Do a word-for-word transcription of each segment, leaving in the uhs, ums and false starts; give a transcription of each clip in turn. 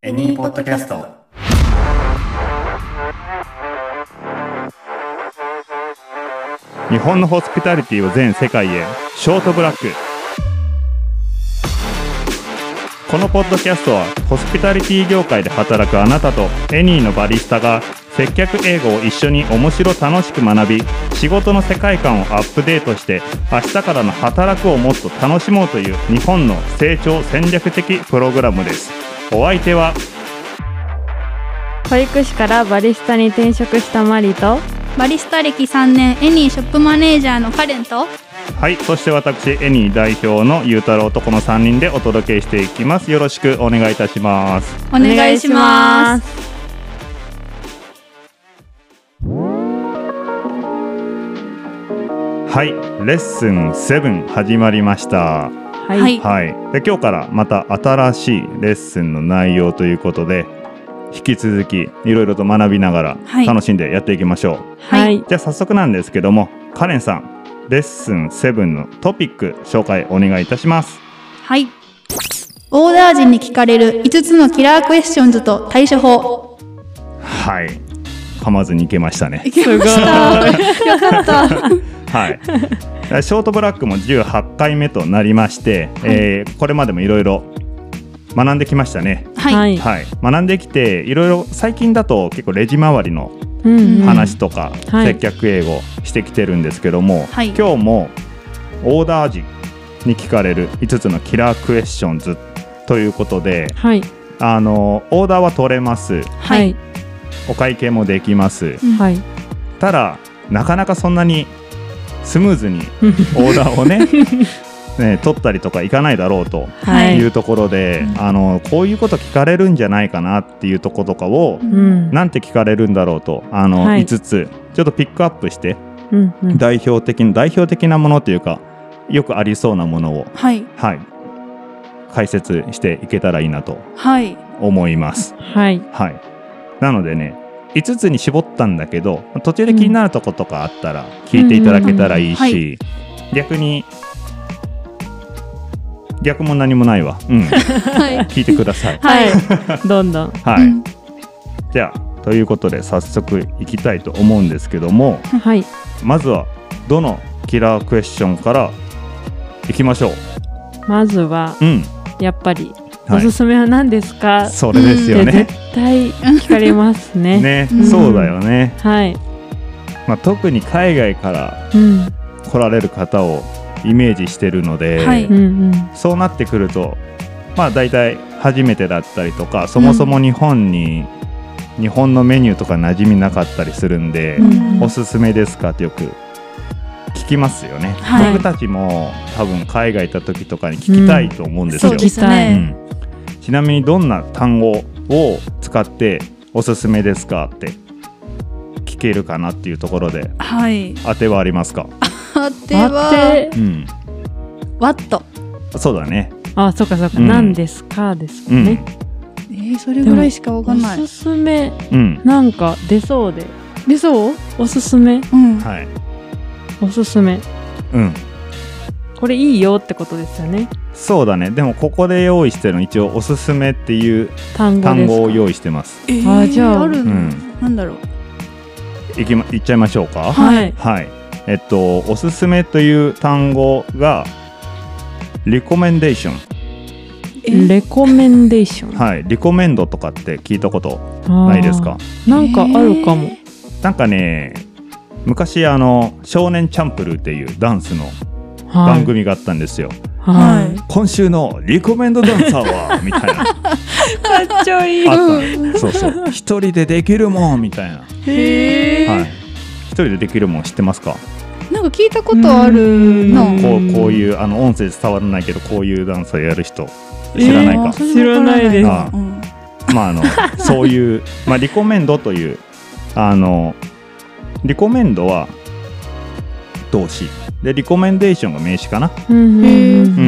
エニーポッドキャスト。 日本のホスピタリティを全世界へ、ショートブラック。このポッドキャストはホスピタリティ業界で働くあなたとエニーのバリスタが接客英語を一緒に面白楽しく学び、仕事の世界観をアップデートして明日からの働くをもっと楽しもうという日本の成長戦略的プログラムです。お相手は保育士からバリスタに転職したマリと、 バリスタ歴さんねんエニーショップマネージャーのカレンと、 はい、そして私エニー代表のゆうたろうとこのさんにんでお届けしていきます。よろしくお願いいたします。 お願いします。 はい、レッスンなな始まりました。 はい、 はい、で今日からまた新しいレッスンの内容ということで、引き続きいろいろと学びながら楽しんでやっていきましょう。 はい、 じゃあ早速なんですけども、カレンさん、レッスンななのトピック紹介お願いいたします。 はい、オーダー時に聞かれるいつつのキラークエスチョンズと対処法。 はい、噛まずにいけましたね。 いけましたよかったはい、ショートブラックもじゅうはちかいめとなりまして、はい、えー、これまでもいろいろ学んできましたね。 はい、 はい、学んできていろいろ最近だと結構レジ周りの話とか、うんうん、接客英語してきてるんですけども、はい、今日もオーダー時に聞かれるいつつのキラークエスチョンズということで、はい、あのオーダーは取れます、はい、お会計もできます、はい、ただなかなかそんなにスムーズにオーダーをねね、取ったりとかいかないだろうというところで、はい、あのこういうこと聞かれるんじゃないかなっていうところとかを、うん、なんて聞かれるんだろうと、あの、はい、いつつちょっとピックアップして、うんうん、代表的な代表的なものというかよくありそうなものを、はいはい、解説していけたらいいなと思います。はいはい、なのでね、いつつに絞ったんだけど途中で気になるとことかあったら聞いていただけたらいいし、うんうんうん、はい、逆に逆も何もないわ、うんはい、聞いてください。 はいどんどん、 はい、うん、じゃあということで早速いきたいと思うんですけども、はい、まずはどのキラークエスチョンからいきましょう。 まずは、うん、やっぱりはい、 おすすめは何ですか、 それですよね。 絶対聞かれますね。 ね、うん、そうだよね。 はい、 まあ、特に海外から来られる方をイメージしてるので、はい、そうなってくると、まあ、大体初めてだったりとか、そもそも日本に、うん、日本のメニューとか馴染みなかったりするんで、うん、おすすめですかってよく聞きますよね。はい、僕たちも多分海外行った時とかに聞きたいと思うんですよ。 うん、そうですね。 うん、ちなみにどんな単語を使っておすすめですかって聞けるかなっていうところで、はい、当てはありますか？ 当ては、うん、What？ そうだね。 あ、そうかそうか、うん、何ですかですかね。 うん、えー、それぐらいしかわかんない。 おすすめ、うん、なんか出そうで。 出そう？ おすすめ、 うん、 はい、 おすすめ、うん、これいいよってことですよね。 そうだね。でもここで用意してるの一応おすすめっていう単語, 単語を用意してます。 えー、あ、じゃああるの、うん、なんだろう。いきま、いっちゃいましょうか。 はい、 はい、えっとおすすめという単語がリコメンデーション。 レコメンデーション、 はい、リコメンドとかって聞いたことないですか？ なんかあるかも。 なんかね、昔あの少年チャンプルーっていうダンスの番組があったんですよ。はい、今週のリコメンドダンサーはみたいなかっちょいい。 あったそうそう、一人でできるもんみたいな。 へー、 はい、一人でできるもん知ってますか？ なんか聞いたことあるな。 こう、こういうあの音声伝わらないけどこういうダンスをやる人知らないか？ えー、知らないです。 ああ、うん、まああのそういう、まあ、リコメンドというあのリコメンドは動詞で、リコメンデーションが名詞かな。うん、うん、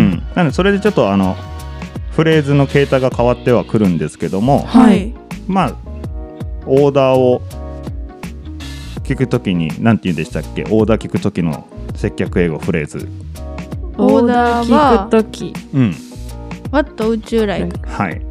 なのでそれでちょっとあのフレーズの形態が変わってはくるんですけども、はい、まあオーダーを聞くときに何て言うんでしたっけ？オーダー聞くときの接客英語フレーズ。 オーダー聞くとき、 うん、 What would you like？ はい。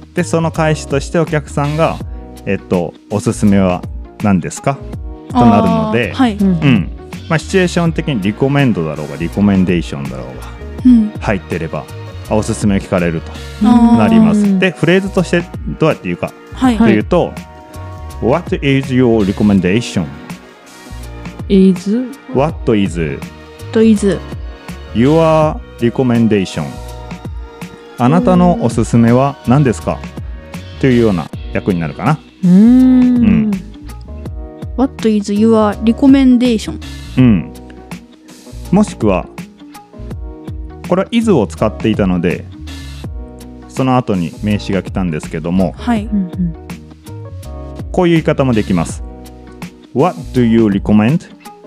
でその返しとしてお客さんが、えっと、おすすめは何ですかとなるので、 はい、 うんまあ、シチュエーション的にリコメンドだろうがリコメンデーションだろうが、うん、入ってればおすすめを聞かれるとなります。でフレーズとしてどうやって言うか、はい、というと、はい、What is your recommendation? is? What is? What is? Your recommendation? あなたのおすすめは何ですかというような役になるかな。 うーん、うん、 What is your recommendation? うん、もしくはこれは is を使っていたのでその後に名詞が来たんですけども、はい、こういう言い方もできます。 What do you recommend?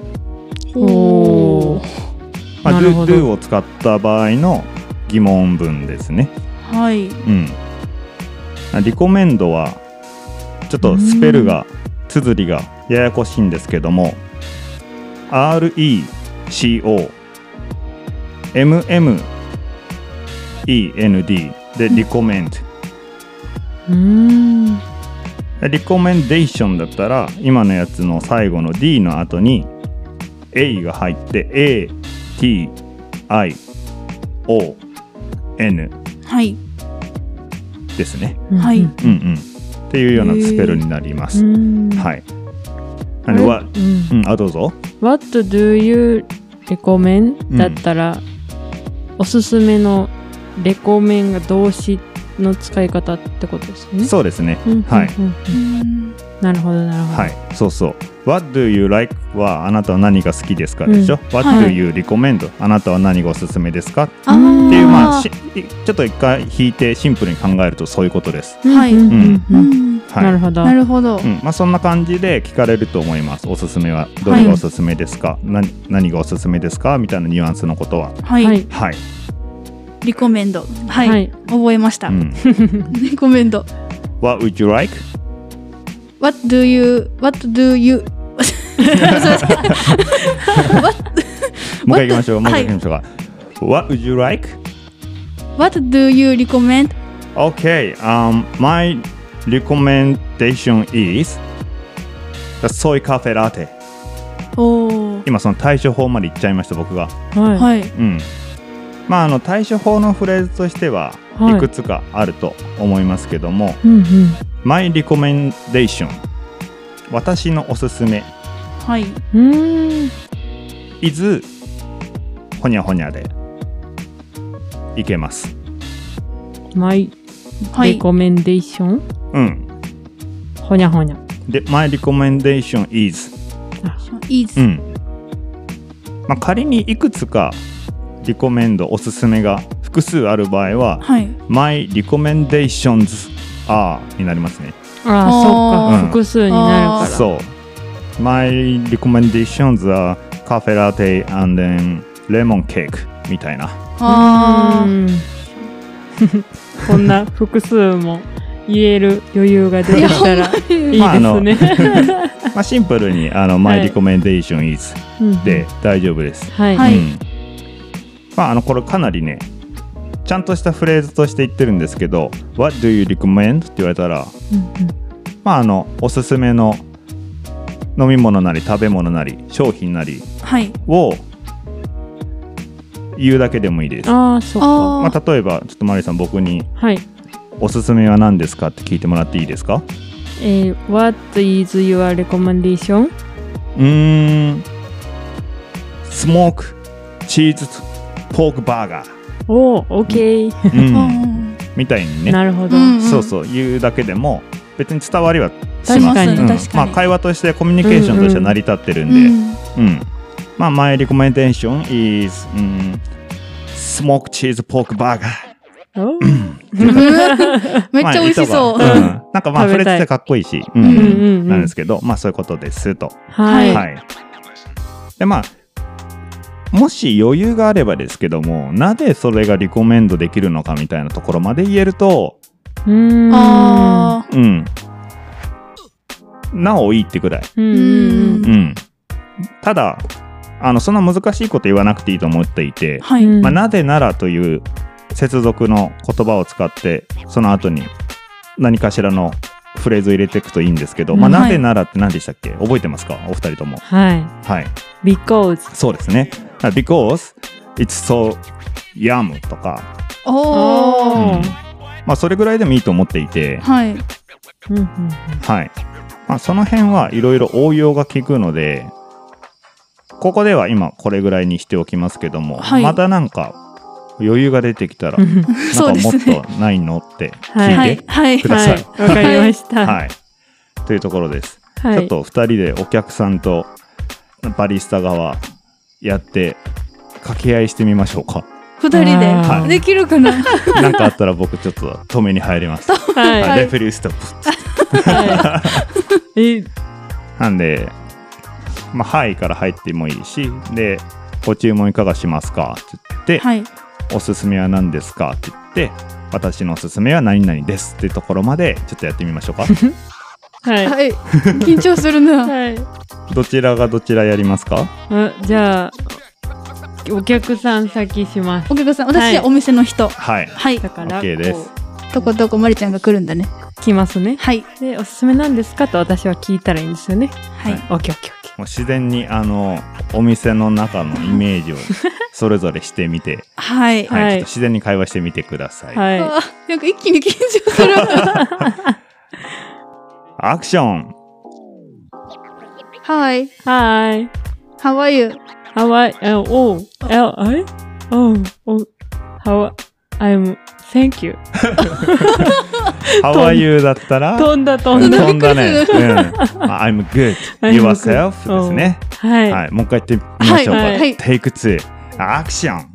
おー、 まあ、do, do を使った場合の疑問文ですね。 はい、 うん、リコメンドはちょっとスペルが綴りがややこしいんですけども アールイーシーオーエムエムイーエヌディー でリコメンド、 うーん、 リコメンデーションだったら今のやつの最後の D の後に A が入って エーティーアイオーエヌはいですね。 はい、うんうん、っていうようなスペルになります。はい。あのは、うん、あどうぞ。 What do you recommend? だったら、うん、おすすめのレコメンが動詞の使い方ってことですね。 そうですね。うん、はい、うん。 なるほどなるほど。 はい、そうそう。What do you like? はあなたは何が好きですかでしょ。うん、What do you recommend? はい、あなたは何がおすすめですかっていう、まあしちょっと一回引いてシンプルに考えるとそういうことです。 はい。うん。うん、 はい、なるほど。 なるほど。 うん、まあそんな感じで聞かれると思います。おすすめはどれがおすすめですか、はい、何, 何がおすすめですかみたいなニュアンスのことは。 はい。 はい。 リコメンド。はい。はい、覚えました。うん、リコメンド。 What would you like? What do you What do you もう一回行きましょう。もう一回行きましょうか。はい、What would you like? What do you recommend? Okay, um, my recommendation is the soy cafe latte. お今その対処法まで言っちゃいました僕が。 はい。 うん。まああの対処法のフレーズとしてはいくつかあると思いますけども、はい、うんうん、my recommendation 私のおすすめ。 はい。 うん。 is ほにゃほにゃでいけます。 my recommendation、 うん。 ほにゃほにゃ。 で my recommendation is is、 うん。まあ仮にいくつかリコメンドおすすめが複数ある場合は、はい、my recommendations are になりますね。 ああ、そっか、うん、複数になるから。 そう。my recommendations are cafe latte and then lemon cake みたいな。 あこんな複数も言える余裕が出てきたらいいですね。まあ、あのまあシンプルにあの、はい、my recommendation is で大丈夫です。 はい。 うん、まああのこれかなりねちゃんとしたフレーズとして言ってるんですけど What do you recommend? って言われたら、うんうん、まああのおすすめの飲み物なり食べ物なり商品なりを言うだけでもいいです。 ああ、そうか。 まあ、例えばちょっとマリさん僕に、はい、おすすめは何ですかって聞いてもらっていいですか？ えー、What is your recommendation? うーんスモークチーズポークバーガー。 おー、オッケー、 うん、みたいにね。 なるほど。 そうそう言うだけでも別に伝わりはします。 確かに、うん、 確かに。まあ会話としてコミュニケーションとして成り立ってるんで、うん、うん、まあ my recommendation is、うん、smoked cheese pork burger。 めっちゃ美味しそう。 まあ、うん、なんかまあフレーズってかっこいいし、うんうんうん、なんですけど、まあそういうことですと。 はい。 はい。でまあもし余裕があればですけども、なぜそれがリコメンドできるのかみたいなところまで言えると、 うーん、 あうん、なおいいってくらい。 うんうん、 ただあのそんな難しいこと言わなくていいと思っていて、 はい、 まあ、なぜならという接続の言葉を使ってその後に何かしらのフレーズを入れていくといいんですけど、まあ、なぜならって何でしたっけ、覚えてますかお二人とも。 はい、 はい、 because そうですね。 because it's so yum とか、 おー、 うん、まあそれぐらいでもいいと思っていて、 はい、 はい、まあ、その辺はいろいろ応用が効くので、ここでは今これぐらいにしておきますけども、はい、またなんか余裕が出てきたらなんかもっとないのって聞いてください。 わ、はいはい、かりました、 はい、というところです、 はい、 ちょっとふたりでお客さんとバリスタ側やって掛け合いしてみましょうか。 ふたりで、はい、できるかな。 なんかあったら僕ちょっと止めに入ります。はいはい、レフェリーストップ、はい、なんでまあ、はいから入ってもいいし、でご注文いかがしますかって言って、はい、おすすめは何ですかって言って、私のおすすめは何々ですっていうところまでちょっとやってみましょうか。 はい、 はい、緊張するな。はい、 どちらがどちらやりますか？ あ、じゃあお客さん先します。 お客さん、私はお店の人。 はい、 はい、 だから OK です。 とことこまりちゃんが来るんだね。 来ますね。 はい。 で、おすすめなんですかと私は聞いたらいいんですよね。 はい。 オッケーオッケーオッケー。 もう自然にあのお店の中のイメージをそれぞれしてみて、 はい、 はい、ちょっと自然に会話してみてください。 はい。 あ、なんか一気に緊張する。 アクション。 Hi. Hi. How are you? How are you? Oh, oh, I? Oh, oh, how I'm. Thank you. How are you だったら飛んだ飛んだ飛んだね。うん、I'm good. Yourself ですね。 はい、 はい。もう一回言ってみましょうか。 はい、 テイクツー。アクション。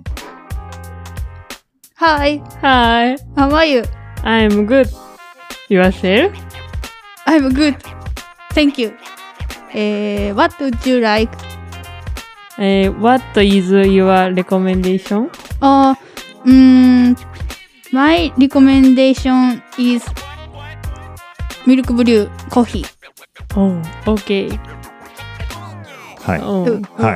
Hi. Hi. How are you? I'm good. Yourself? I'm good. Thank you. Uh, what would you like? Uh, what is your recommendation? Uh, um, my recommendation is milk brew coffee. Oh, okay. はい。 Oh. はい。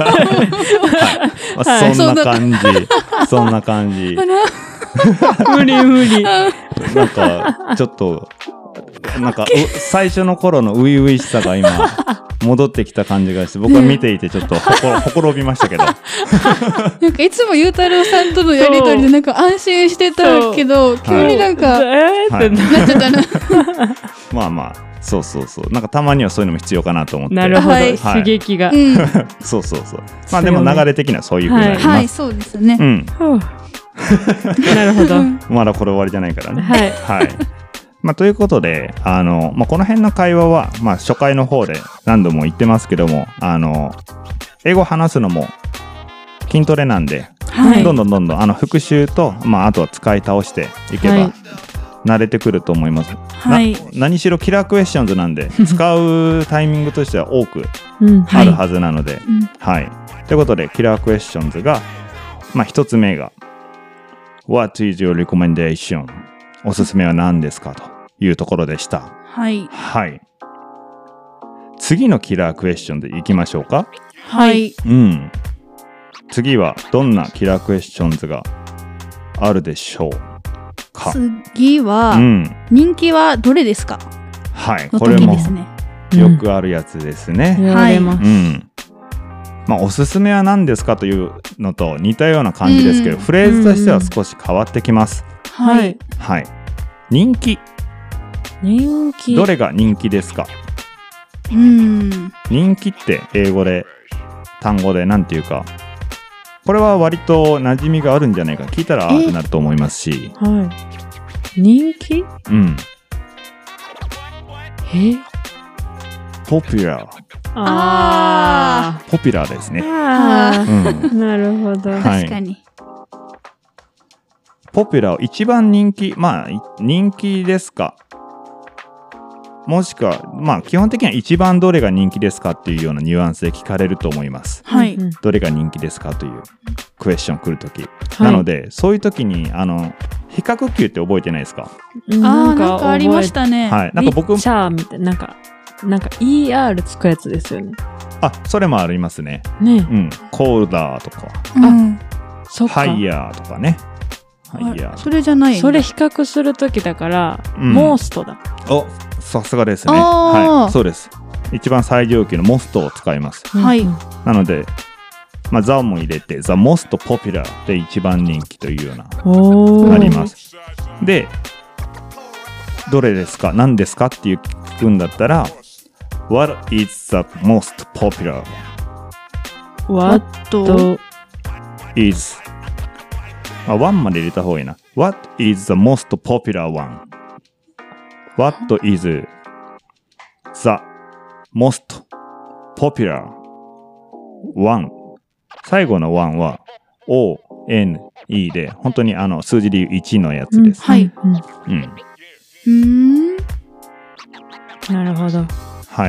はい。そんな感じ。そんな感じ。 無理無理。 なんか、ちょっと、なんか、最初の頃の初々しさが今、戻ってきた感じがして、僕は見ていてちょっとほこ、ほころびましたけど。なんかいつもゆうたろうさんとのやりとりでなんか安心してたけど、急になんか、 えーってなっちゃったな。 まあまあ、そうそうそう。なんかたまにはそういうのも必要かなと思って。 なるほど、はい、刺激が、うん。 そうそうそう。まあでも流れ的にはそういうふうになります。 はい、はい、そうですね。 うん。 なるほど。 まだこれ終わりじゃないからね。 はい。 はい。まあ、ということで、あの、まあ、この辺の会話は、まあ、初回の方で何度も言ってますけども、あの、英語話すのも筋トレなんで、はい、どんどんどんどん、あの、復習と、まあ、あとは使い倒していけば、はい、慣れてくると思います。はい、何しろキラークエスチョンズなんで、使うタイミングとしては多くあるはずなので、うん、はい。ということで、キラークエスチョンズが、まあ、一つ目が、What is your recommendation? おすすめは何ですかというところでした。 はい。 はい。次のキラークエスチョンでいきましょうか。 はい。 うん。次はどんなキラークエスチョンズがあるでしょうか。 次は、うん、人気はどれですか。 はい。これもよくあるやつですね。 うん、はい。うん。まあ、おすすめは何ですかというのと似たような感じですけど、うん、フレーズとしては少し変わってきます。 はい。 はい。人気。 人気。 どれが人気ですか。 うん。 人気って英語で単語でなんていうか、これは割と馴染みがあるんじゃないか。聞いたらあーってなると思いますし。 はい。人気？ うん。 え？ ポピュラー。 ああ。 ポピュラーですね。 ああ、うん。なるほど。 確かに。 ポピュラー一番人気、まあ人気ですか、もしくはまあ基本的には一番どれが人気ですかっていうようなニュアンスで聞かれると思います。 はい。 どれが人気ですかというクエスチョン来るとき、はい、なのでそういうときにあの比較級って覚えてないですか。 ああ、なんかありましたね。 はい。なんか僕シャーみたいななんかなんか イーアール つくやつですよね。 あ、それもありますね。 ね。 うん。コールダーとか、 うん、 ハイヤーとかね。 いや、 それじゃない。 それ比較するときだから、うん、モーストだ。 お、さすがですね。はい、そうです。一番最上級のモストを使います。 はい。 なので、まあ、ザも入れて、ザ・モスト・ポピュラーで一番人気というような、なります。で、どれですか何ですかっていう聞くんだったら、What is the most popular? What is あ、ワンまで入れた方がいいな。What is the most popular one? What is the most popular one? 最後のワンは O、N、E で、本当にあの数字でいういちのやつです。 うん、はい。 うん。 うーん。 なるほど。 はい。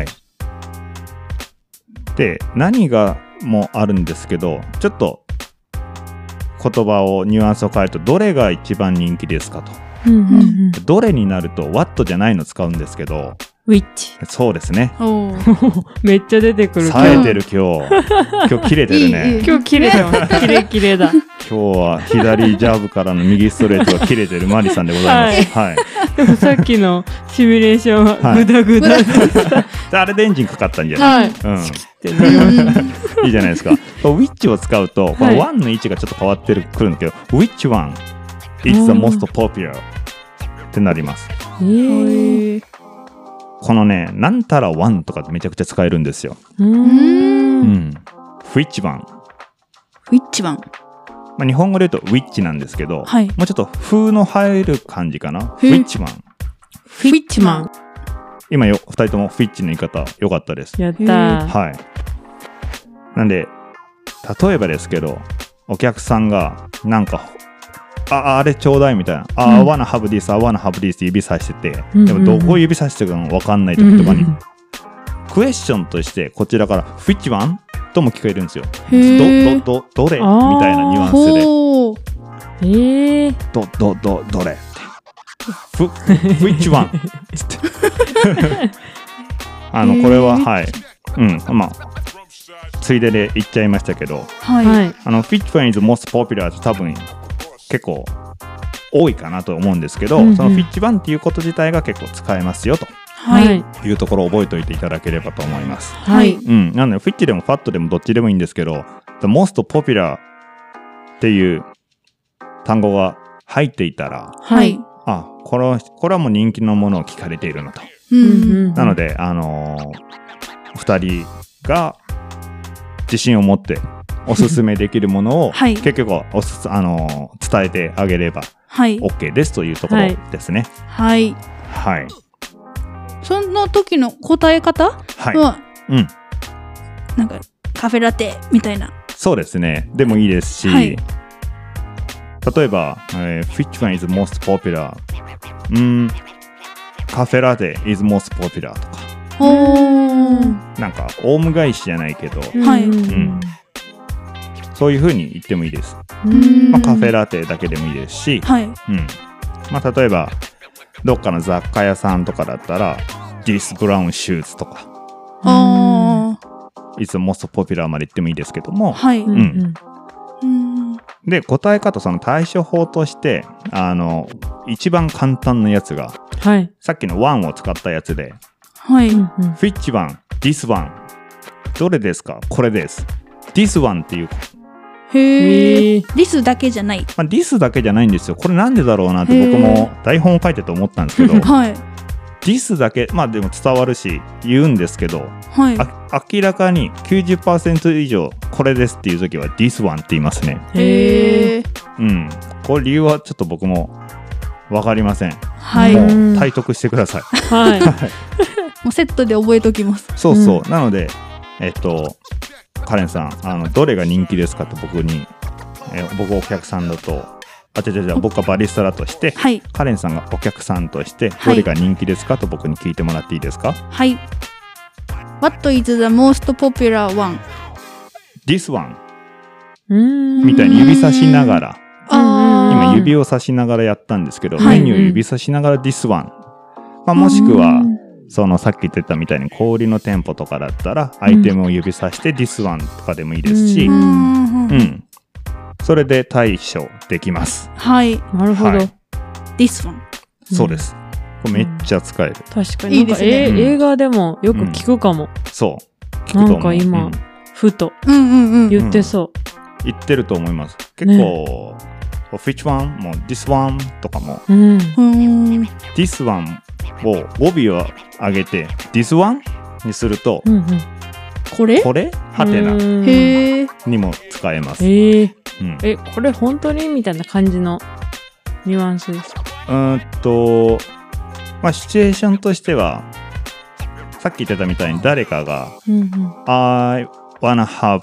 で、何がもあるんですけど、ちょっと言葉をニュアンスを変えると、どれが一番人気ですかと。 うんうんうん、 どれになると What じゃないの使うんですけど、 Which。 そうですね。 めっちゃ出てくる。 冴えてる今日。今日切れてるね。 いい今日切れてます。キレキレだ。 今日は左ジャブからの右ストレートが切れてるマリさんでございます。はい。はい、 でもさっきのシミュレーションはグダグダでした。はい、 あれでエンジンかかったんじゃない？はい。うん。いいじゃないですか。ウィッチを使うと、このワンの位置がちょっと変わってくるんだけど、Which one is the most popular? ってなります。 へー。 このね、なんたらワンとかめちゃくちゃ使えるんですよ。 うーん。 うん。Which one? Which one? まあ、日本語で言うと Which なんですけど、 はい、 もうちょっと風の入る感じかな。Which one? Which one? 今よ、二人とも Which の言い方良かったです。 やったー。 はい。なんで、例えばですけど、お客さんがなんか、あ、あれちょうだいみたいな。あ、I wanna have this, I wanna have this って指さしてて、うん、でもどこを指さしてるか分かんない時とかに、うん、クエスチョンとしてこちらから Which one? とも聞こえるんですよ。ど、ど、ど、どれみたいなニュアンスで。 えー、 ど、ど、ど、どれって。ふ、Which one? つって。あの、これは、はい。うん、まあ、ついでで言っちゃいましたけど、 はい。 あの、Which one is most popular って多分、結構多いかなと思うんですけど、うんうん、そのフィッチワンっていうこと自体が結構使えますよと、はい、いうところを覚えておいていただければと思います。 はい。 うん。なのでフィッチでもファットでもどっちでもいいんですけど、The most popular っていう単語が入っていたら、 はい。 あ、これはこれはもう人気のものを聞かれているなと。 うんうん、 なのであのー、ふたりが自信を持っておすすめできるものを、はい、結局おすあのー、伝えてあげれば OK ですというところですね。 はい。 はい。 その時の答え方は、 はい、うん、 なんかカフェラテみたいな。 そうですね。でもいいですし、はい、例えば、えー、Which one is most popular? うん、カフェラテ is most popular とか。 おー。 なんかオウム返しじゃないけど、 はい。 うん。そういう風に言ってもいいです。まあ、カフェラテだけでもいいですし、 はい。うん。 まあ、例えば、どっかの雑貨屋さんとかだったら、This brown shoes とか、 あー。いつも most popular まで言ってもいいですけども、 はい。 うん。うん、で、答え方、その対処法として、あの、一番簡単なやつが、 はい。 さっきの one を使ったやつで、 はい。 Which one? This one? どれですか？これです。This one っていう。 へー。this だけじゃない。 まあ、this だけじゃないんですよ。これなんでだろうなって僕も台本を書いてて思ったんですけど、 はい。 this だけ、まあでも伝わるし言うんですけど、 はい。 明らかに きゅうじゅっパーセント 以上これですっていう時は this one って言いますね。 へー。 うん。これ理由はちょっと僕もわかりません。 はい。 もう体得してください。 はい。 もうセットで覚えときます。 そうそう。うん、なので、えっと、カレンさん、あの、どれが人気ですかって僕に、え僕お客さんだと、あ、違う違う、僕はバリスタだとして、 はい、 カレンさんがお客さんとして、どれが人気ですかと僕に聞いてもらっていいですか？ はい。What is the most popular one? This one. みたいに指さしながら、今指をさしながらやったんですけど、メニューを指さしながら This one。まあ、もしくは、そのさっき言ってたみたいに小売りの店舗とかだったらアイテムを指さして This one とかでもいいですし、うん、うん、 それで対処できます。 はい。 なるほど。はい、 This one。 そうです。これめっちゃ使える。 うん、確かに。いいですね。映画でもよく聞くかも。 うん、そう。聞くと思う。なんか今、うん、ふと言ってそう。 うん、言ってると思います。結構、うん、which one も this one とかも、うん、this one を語尾を上げて this one にすると、うんうん、 これこれはてなにも使えます。 へえ、うん、え、これ本当にみたいな感じのニュアンスですか？ うーんと、まあシチュエーションとしてはさっき言ってたみたいに誰かが、うんうん、I wanna have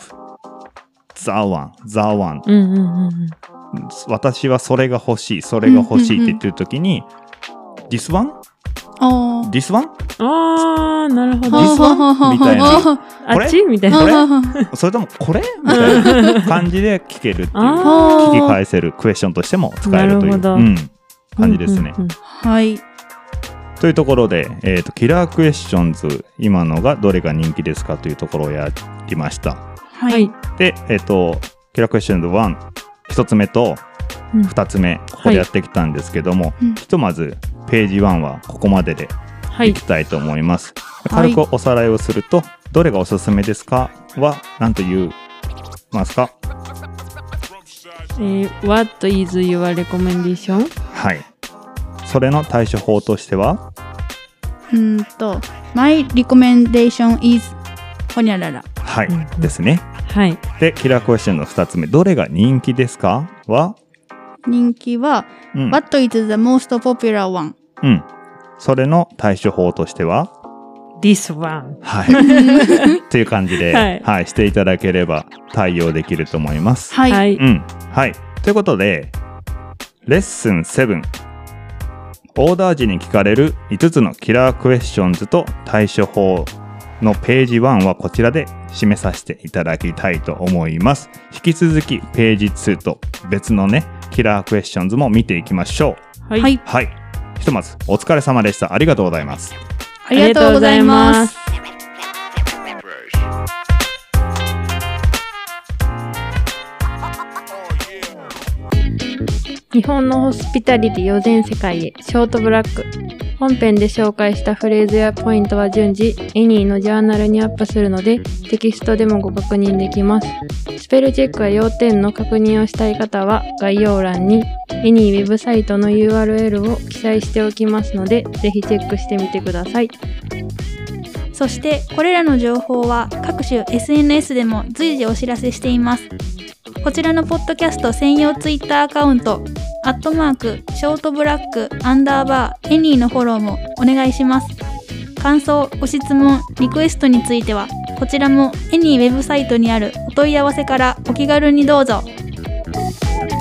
the one, the one、うんうんうん、私はそれが欲しい、それが欲しいって言ってるときに、うんうんうん、this one?This one? あー、なるほど。 This one? みたいな。 あっちみたいな。 これそれともこれみたいな感じで聞けるっていう、聞き返せるクエスチョンとしても使えるという、うん、感じですね。 うんうんうん、はい。 というところで、えーと、キラークエスチョンズ、今のがどれが人気ですかというところをやりました。 はい。 で、えっ、ー、と、キラークエスチョンズいち、一つ目と二つ目、ここでやってきたんですけども、はい、ひとまず、ページいちはここまででいきたいと思います。はい、軽くおさらいをすると、どれがおすすめですかは何と言いますか？ えー、What is your recommendation? はい。それの対処法としては、 うんと My recommendation is ほにゃらら。 はい、うん、ですね。 はい。 で、キラークエスチョンのふたつめ、どれが人気ですかは、 人気は、うん、What is the most popular one? うん。それの対処法としては This one。 はい。っていう感じで、はい、はい、していただければ対応できると思います。 はい。 うん。はい。ということで、レッスンなな。オーダー時に聞かれるいつつのキラークエスチョンズと対処法のページいちはこちらで締めさせていただきたいと思います。引き続きページにと別のね、キラークエスチョンズも見ていきましょう。はい。 はい。ひとまずお疲れ様でした。ありがとうございます。 ありがとうございます。 日本のホスピタリティを全世界へ、ショートブラック。本編で紹介したフレーズやポイントは順次、エニーのジャーナルにアップするので、テキストでもご確認できます。スペルチェックや要点の確認をしたい方は、概要欄にエニーウェブサイトの ユーアールエル を記載しておきますので、ぜひチェックしてみてください。 そして、これらの情報は各種 エスエヌエス でも随時お知らせしています。こちらのポッドキャスト専用ツイッターアカウント、アットマーク、ショートブラック、アンダーバー、エニーのフォローもお願いします。感想、ご質問、リクエストについては、こちらもエニーウェブサイトにあるお問い合わせからお気軽にどうぞ。